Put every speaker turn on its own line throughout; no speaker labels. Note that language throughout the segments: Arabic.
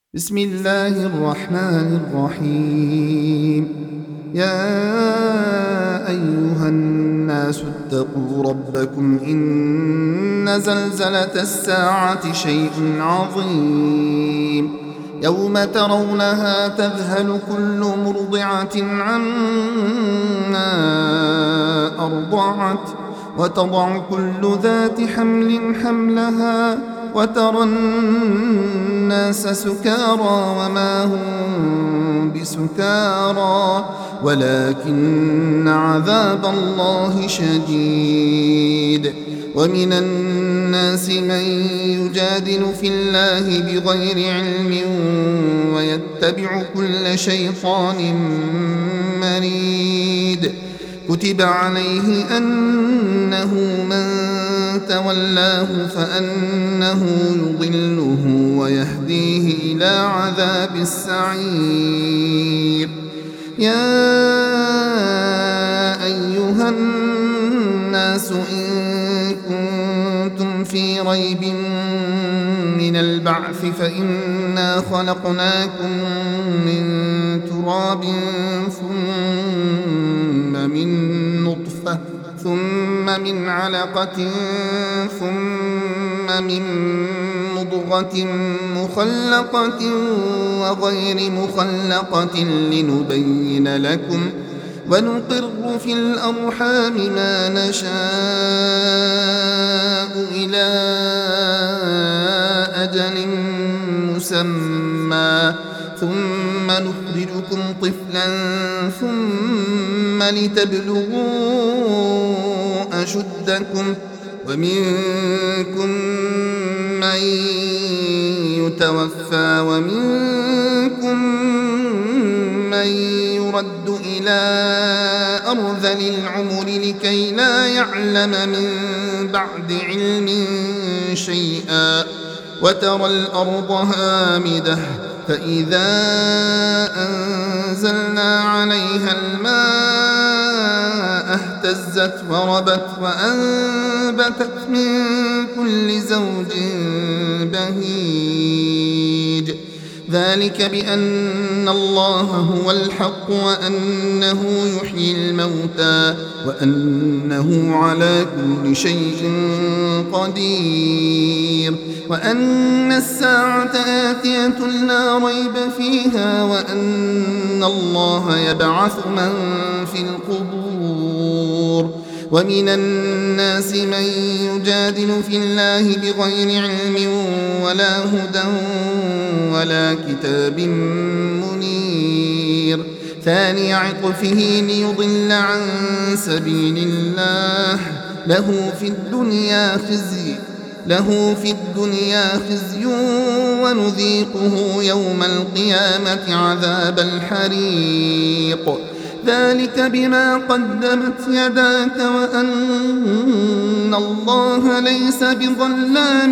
بسم الله الرحمن الرحيم. يا أيها الناس اتقوا ربكم إن زلزلة الساعة شيء عظيم. يوم ترونها تذهل كل مرضعة عما أرضعت وتضع كل ذات حمل حملها وترى الناس سكارى وما هم بسكارى ولكن عذاب الله شديد. ومن الناس من يجادل في الله بغير علم ويتبع كل شيطان مريد. كتب عليه أنه من تولاه فأنه يضله ويهديه إلى عذاب السعير. يا أيها الناس إن كنتم في ريب من البعث فإنا خلقناكم من تراب ثم من نطفة ثم من علقة ثم من مضغة مخلقة وغير مخلقة لنبين لكم ونقر في الأرحام ما نشاء إلى أجل مسمى ثم نخرجكم طفلا ثم لتبلغوا أشدكم ومنكم من يتوفى ومنكم من يرد إلى أرذل العمر لكي لا يعلم من بعد علم شيئا. وترى الأرض هامدة فإذا أنزلنا عليها الماء اهتزت وربت وأنبتت من كل زوج بهيج. ذلك بأن الله هو الحق وأنه يحيي الموتى وأنه على كل شيء قدير وأن الساعة آتية لا ريب فيها وأن الله يبعث من في القبور. ومن الناس من يجادل في الله بغير علم ولا هدى ولا كتاب منير. ثاني عطفه ليضل عن سبيل الله له في الدنيا خزي ونذيقه يوم القيامة عذاب الحريق. ذلك بما قدمت يداك وأن الله ليس بظلام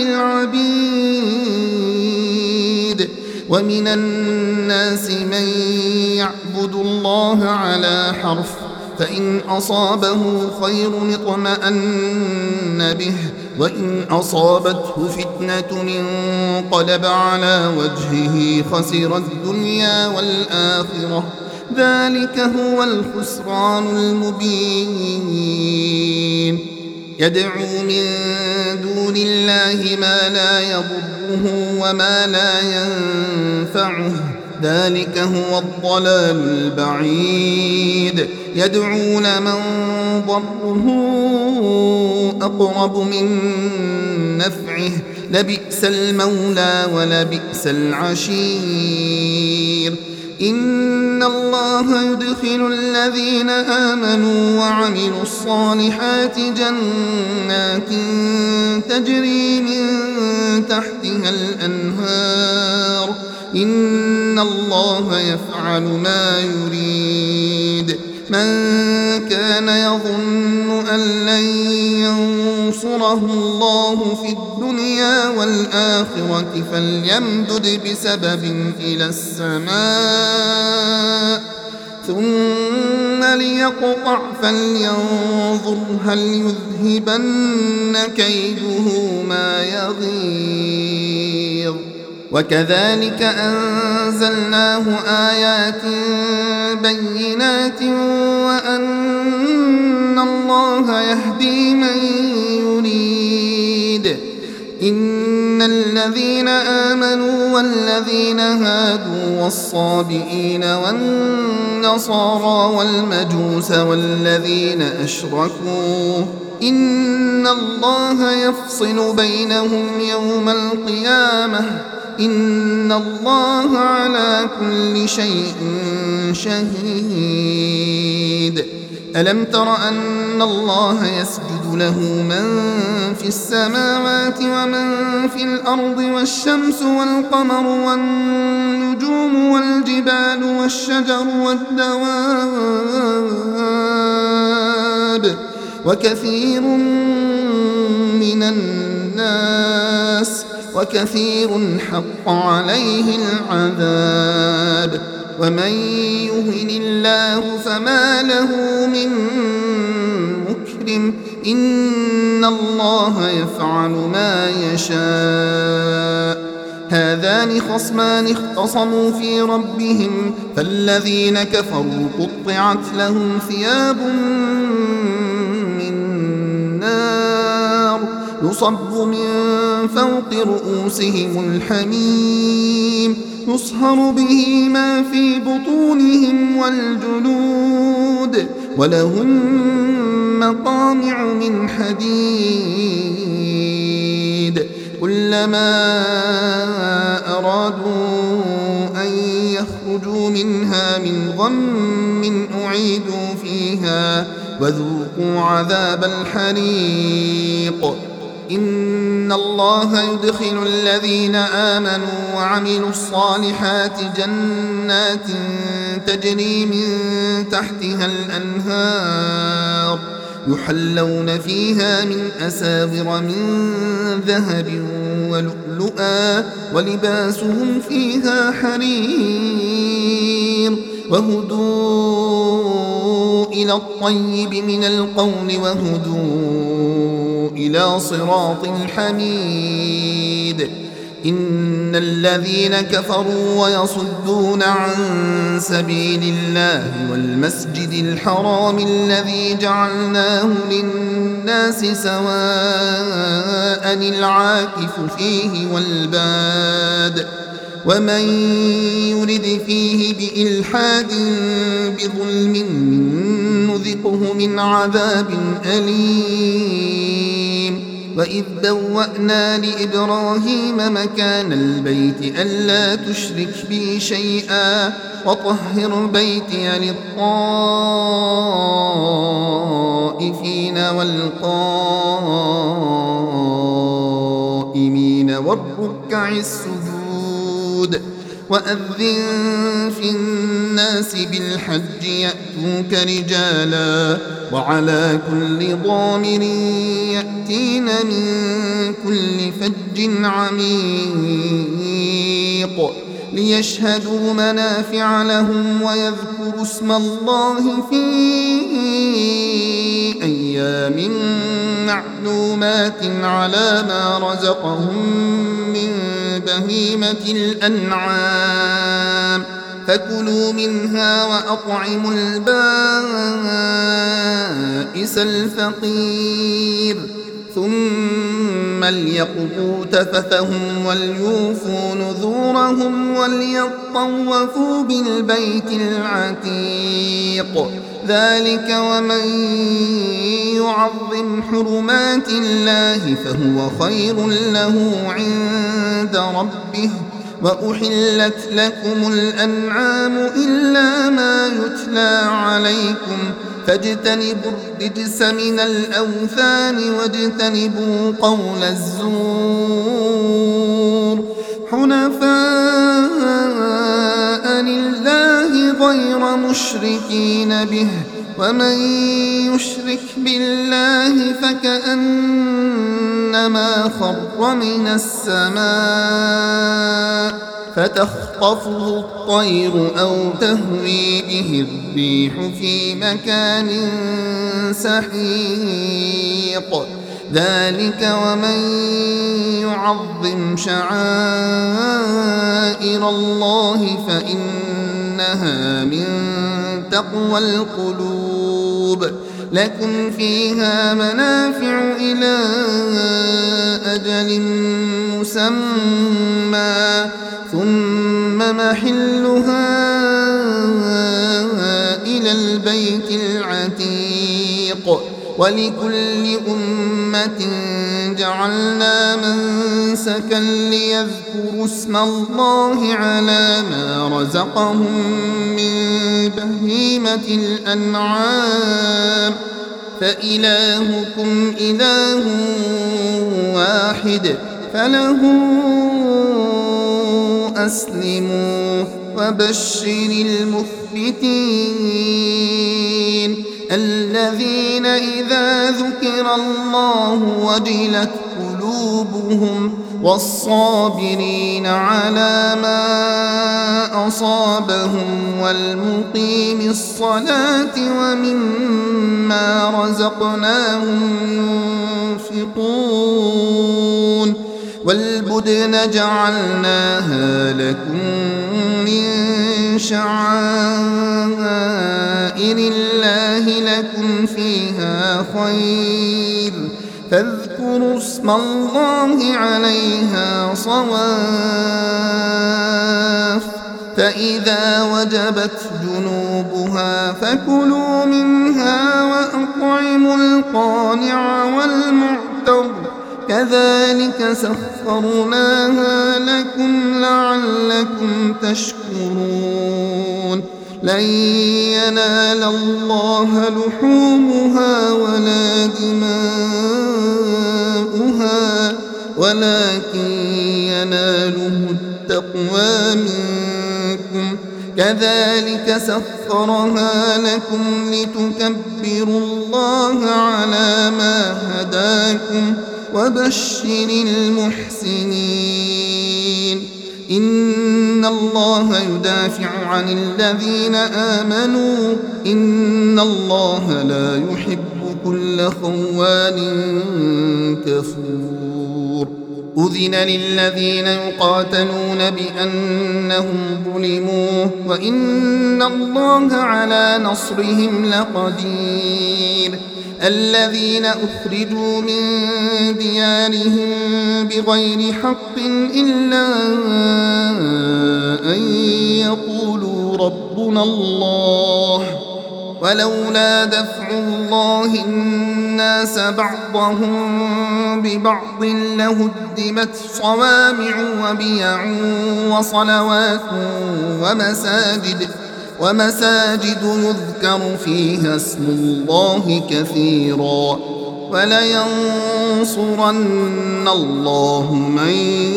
للعبيد. ومن الناس من يعبد الله على حرف فإن أصابه خير اطمأن به وإن أصابته فتنة انقلب على وجهه خسر الدنيا والآخرة. ذلك هو الخسران المبين. يدعو من دون الله ما لا يضره وما لا ينفعه ذلك هو الضلال البعيد. يدعو لمن ضره أقرب من نفعه لبئس المولى ولبئس العشير. إن الله يدخل الذين آمنوا وعملوا الصالحات جنات تجري من تحتها الأنهار. إن الله يفعل ما يريد. من كان يظن أن لن ينصره الله في الدنيا والآخرة فليمدد بسبب إلى السماء ثم ليقطع فلينظر هل يذهبن كيده ما يغيظ. وكذلك أنزلناه آيات بينات وأن الله يهدي من يريد. إن الذين آمنوا والذين هادوا والصابئين والنصارى والمجوس والذين أشركوا إن الله يفصل بينهم يوم القيامة إن الله على كل شيء شهيد. ألم تر أن الله يسجد له من في السماوات ومن في الأرض والشمس والقمر والنجوم والجبال والشجر والدواب وكثير من الناس وكثير حق عليه العذاب ومن يهن الله فما له من مكرم إن الله يفعل ما يشاء. هذان خصمان اختصموا في ربهم فالذين كفروا قطعت لهم ثياب من نار يصب من فوق رؤوسهم الحميم يصهر به ما في بطونهم والجلود ولهم مقامع من حديد كلما أرادوا أن يخرجوا منها من غم أعيدوا فيها وذوقوا عذاب الحريق. إن الله يدخل الذين آمنوا وعملوا الصالحات جنات تجري من تحتها الأنهار يحلون فيها من أساور من ذهب ولؤلؤا ولباسهم فيها حرير وهدوا إلى الطيب من القول وهدوا إلى صراط الحميد. إن الذين كفروا ويصدون عن سبيل الله والمسجد الحرام الذي جعلناه للناس سواء العاكف فيه والباد ومن يرد فيه بإلحاد بظلم نذقه من عذاب أليم. وإذ بوأنا لإبراهيم مكان البيت ألا تشرك بي شيئا وطهر بيتي للطائفين والقائمين والركع السجود. وأذن في الناس بالحج يأتوك رجالا وعلى كل ضامر يأتين من كل فج عميق ليشهدوا منافع لهم ويذكروا اسم الله في أيام معلومات على ما رزقهم من بهيمة الأنعام فكلوا منها وأطعموا البائس الفقير ثم ليقضوا تفثهم وليوفوا نذورهم وليطوفوا بالبيت العتيق. ذلك ومن يعظم حرمات الله فهو خير له عند ربه. وأحلت لكم الأنعام إلا ما يتلى عليكم فاجتنبوا الرجس من الأوثان واجتنبوا قول الزور حنفاء لله غير مشركين به ومن يشرك بالله فكأنما خر من السماء فتخطفه الطير أو تهوي به الريح في مكان سحيق. ذلك ومن يعظم شعائر الله فإنها من تقوى القلوب لكم فيها منافع إلى أجل مسمى ثم محلها إلى البيت العتيق ولكل أمة جعلنا منسكا ليذكروا اسم الله على ما رزقهم من بهيمة الأنعام فإلهكم إله واحد فله أسلموا وبشر المخبتين الذين إذا ذكر الله وجلت قلوبهم والصابرين على ما أصابهم والمقيم الصلاة ومما رزقناهم ينفقون والبدن جعلناها لكم من شعائر الله لكم فيها خير فاذكروا اسم الله عليها صواف فإذا وجبت جنوبها فكلوا منها وأطعموا القانع والمعتر كذلك سخرناها لكم لعلكم تشكرون لن ينال الله لحومها ولا دماؤها ولكن يناله التقوى منكم كذلك سخرها لكم لتكبروا الله على ما هداكم وبشر المحسنين إن الله يدافع عن الذين آمنوا إن الله لا يحب كل خوان كفور أذن للذين يقاتلون بأنهم ظلموا وإن الله على نصرهم لقدير الذين أخرجوا من ديارهم بغير حق إلا أن يقولوا ربنا الله ولولا دفع الله الناس بعضهم ببعض لهدمت صوامع وبيع وصلوات ومساجد يذكر فيها اسم الله كثيرا ولينصرن الله من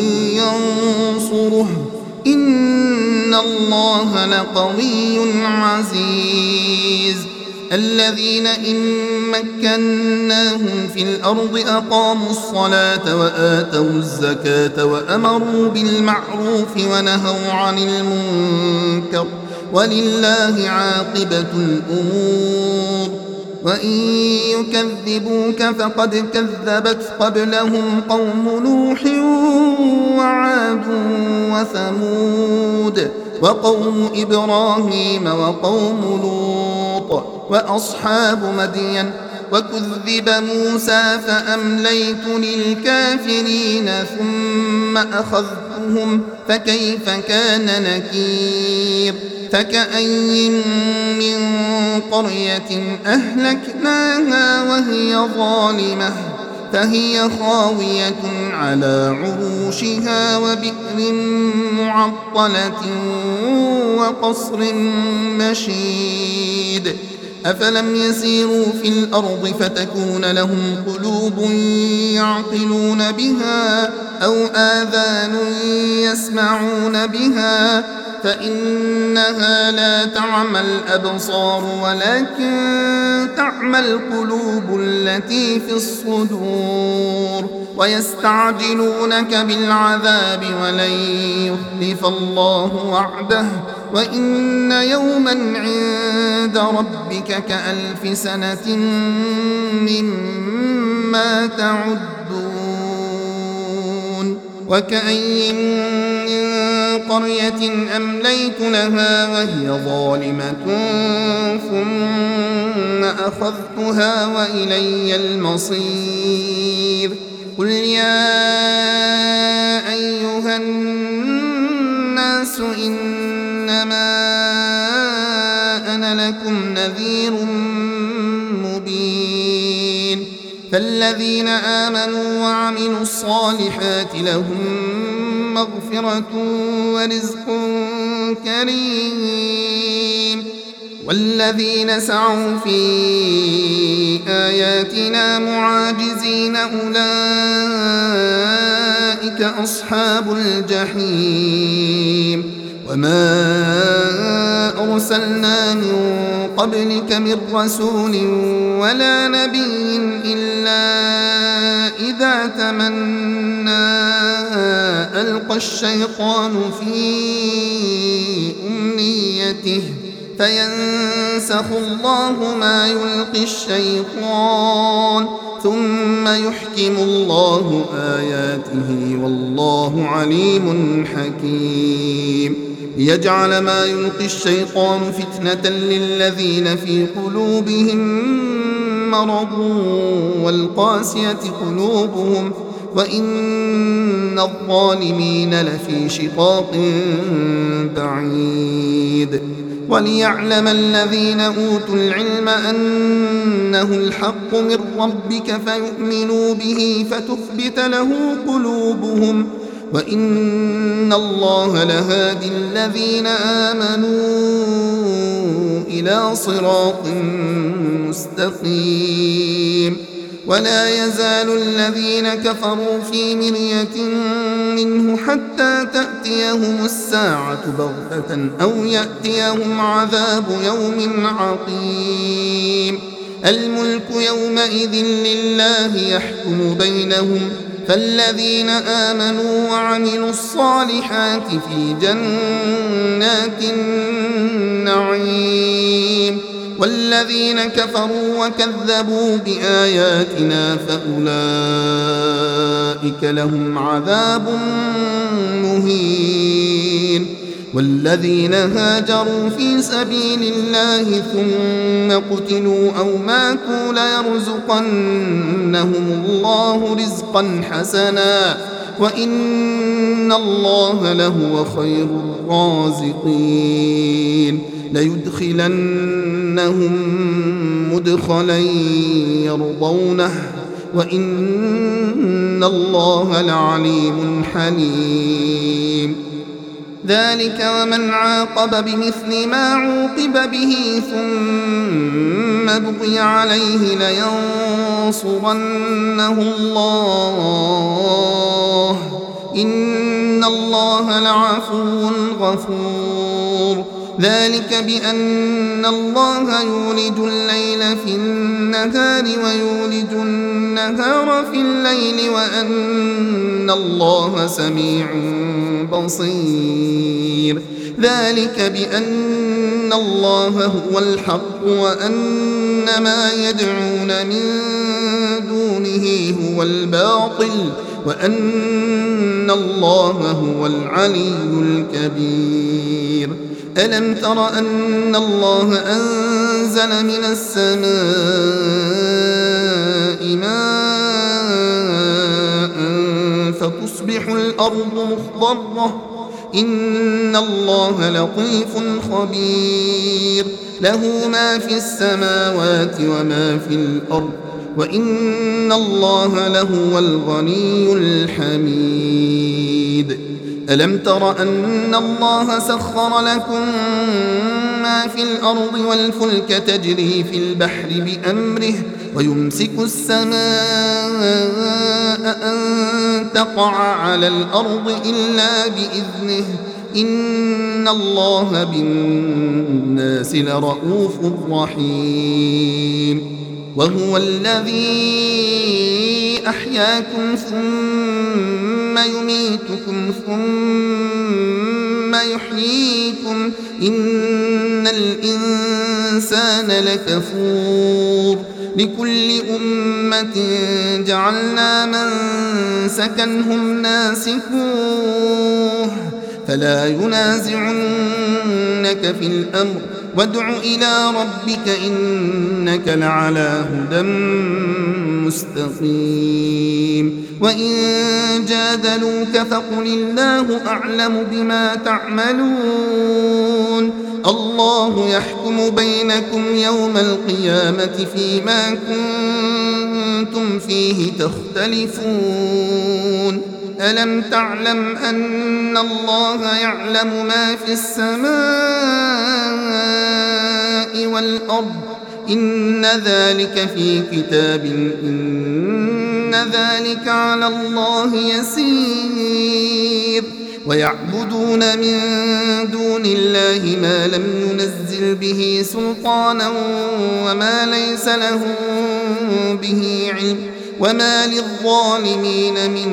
ينصره إن الله لقوي عزيز الذين إن مكناهم في الأرض أقاموا الصلاة وآتوا الزكاة وأمروا بالمعروف ونهوا عن المنكر ولله عاقبة الأمور وإن يكذبوك فقد كذبت قبلهم قوم نوح وعاد وثمود وقوم إبراهيم وقوم لوط وأصحاب مدين وكذب موسى فأمليت للكافرين ثم أخذتهم فكيف كان نكير فكأين من قرية أهلكناها وهي ظالمة فهي خاوية على عروشها وبئر معطلة وقصر مشيد أفلم يسيروا في الأرض فتكون لهم قلوب يعقلون بها أو آذان يسمعون بها فإنها لا تعمى الأبصار ولكن تعمى القلوب التي في الصدور ويستعجلونك بالعذاب ولن يخلف الله وعده وإن يوما عند ربك كألف سنة مما ما تعدون وكأي من قرية أمليت لها وهي ظالمة ثم أخذتها وإلي المصير قل يا أيها الناس إنما أنا لكم نذير مبين فالذين آمنوا وعملوا الصالحات لهم مغفرة ورزق كريم والذين سعوا في آياتنا معاجزين أولئك أصحاب الجحيم وما أرسلنا من قبلك من رسول ولا نبي إلا إذا تمنى ألقى الشيطان في أمنيته فينسخ الله ما يلقي الشيطان ثم يحكم الله آياته والله عليم حكيم ليجعل ما يلقي الشيطان فتنة للذين في قلوبهم مرض والقاسية قلوبهم وإن الظالمين لفي شقاق بعيد وليعلم الذين أوتوا العلم أنه الحق من ربك فيؤمنوا به فتثبت له قلوبهم وإن الله لهادي الذين آمنوا إلى صراط مستقيم ولا يزال الذين كفروا في مرية منه حتى تأتيهم الساعة بغتة أو يأتيهم عذاب يوم عقيم الملك يومئذ لله يحكم بينهم فالذين آمنوا وعملوا الصالحات في جنات النعيم والذين كفروا وكذبوا بآياتنا فأولئك لهم عذاب مهين والذين هاجروا في سبيل الله ثم قتلوا أو ماتوا ليرزقنهم الله رزقا حسنا وإن الله لهو خير الرازقين ليدخلنهم مدخلا يرضونه وإن الله لعليم حليم ذلك ومن عاقب بمثل ما عوقب به ثم بغي عليه لينصرنه الله إن الله لعفو غفور ذلك بأن الله يولج الليل في النهار ويولج النهار في الليل وأن الله سميع بصير ذلك بأن الله هو الحق وأن ما يدعون من دونه هو الباطل وأن الله هو العلي الكبير ألم تر أن الله أنزل من السماء ماء فتصبح الأرض مخضرة إن الله لطيف خبير له ما في السماوات وما في الأرض وإن الله لهو الغني الحميد ألم تر أن الله سخر لكم ما في الأرض والفلك تجري في البحر بأمره ويمسك السماء أن تقع على الأرض إلا بإذنه إن الله بالناس لرؤوف رحيم وهو الذي أحياكم ثم يميتكم ثم يحييكم إن الإنسان لكفور لكل أمة جعلنا منسكا هم ناسكوه فلا ينازعنك في الأمر وادع إلى ربك إنك لعلى هدى مستقيم وإن جادلوك فقل الله أعلم بما تعملون الله يحكم بينكم يوم القيامة فيما كنتم فيه تختلفون ألم تعلم أن الله يعلم ما في السماء والأرض إن ذلك في كتاب إن ذلك على الله يسير ويعبدون من دون الله ما لم ينزل به سلطانا وما ليس لهم به علم وما للظالمين من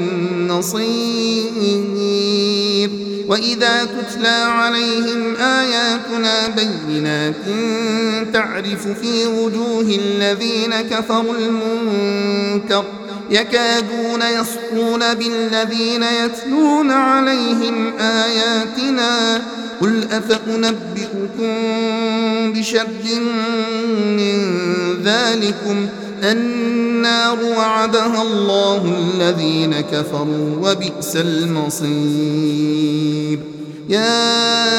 نصير وإذا تتلى عليهم آياتنا بينات تعرف في وجوه الذين كفروا المنكر يكادون يسطون بالذين يتلون عليهم آياتنا قل أفأنبئكم بشر من ذلكم النار وعدها الله الذين كفروا وبئس المصير يا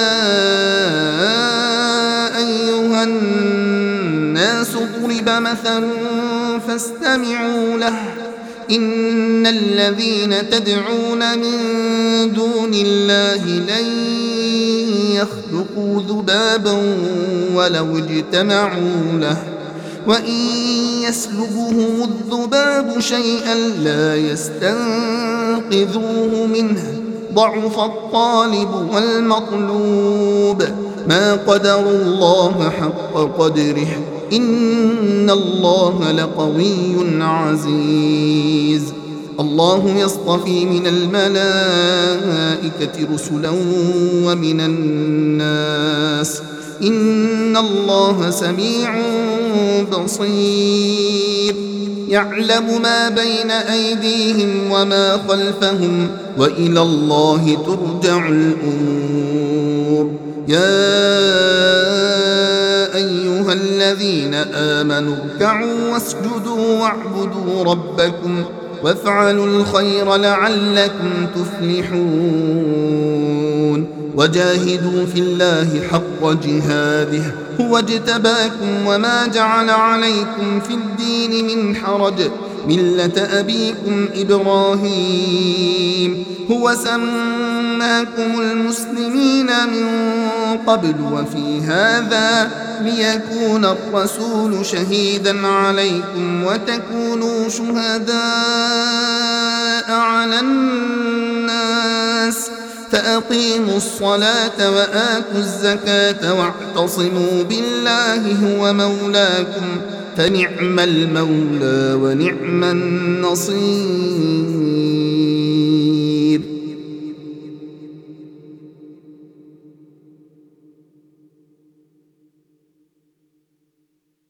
أيها الناس ضرب مثل فاستمعوا له إن الذين تدعون من دون الله لن يخلقوا ذبابا ولو اجتمعوا له وإن يسلبهم الذباب شيئا لا يستنقذوه منه ضعف الطالب والمطلوب ما قدروا الله حق قدره إن الله لقوي عزيز الله يصطفي من الملائكة رسلا ومن الناس إن الله سميع بصير يعلم ما بين أيديهم وما خلفهم وإلى الله ترجع الأمور يا أيها الذين آمنوا اركعوا واسجدوا واعبدوا ربكم وافعلوا الخير لعلكم تفلحون وجاهدوا في الله حق جهاده هو اجتباكم وما جعل عليكم في الدين من حرج ملة أبيكم إبراهيم هو سماكم المسلمين من قبل وفي هذا ليكون الرسول شهيدا عليكم وتكونوا شهداء على الناس فأقيموا الصلاة وآتوا الزكاة واعتصموا بالله هو مولاكم فنعم المولى ونعم النصير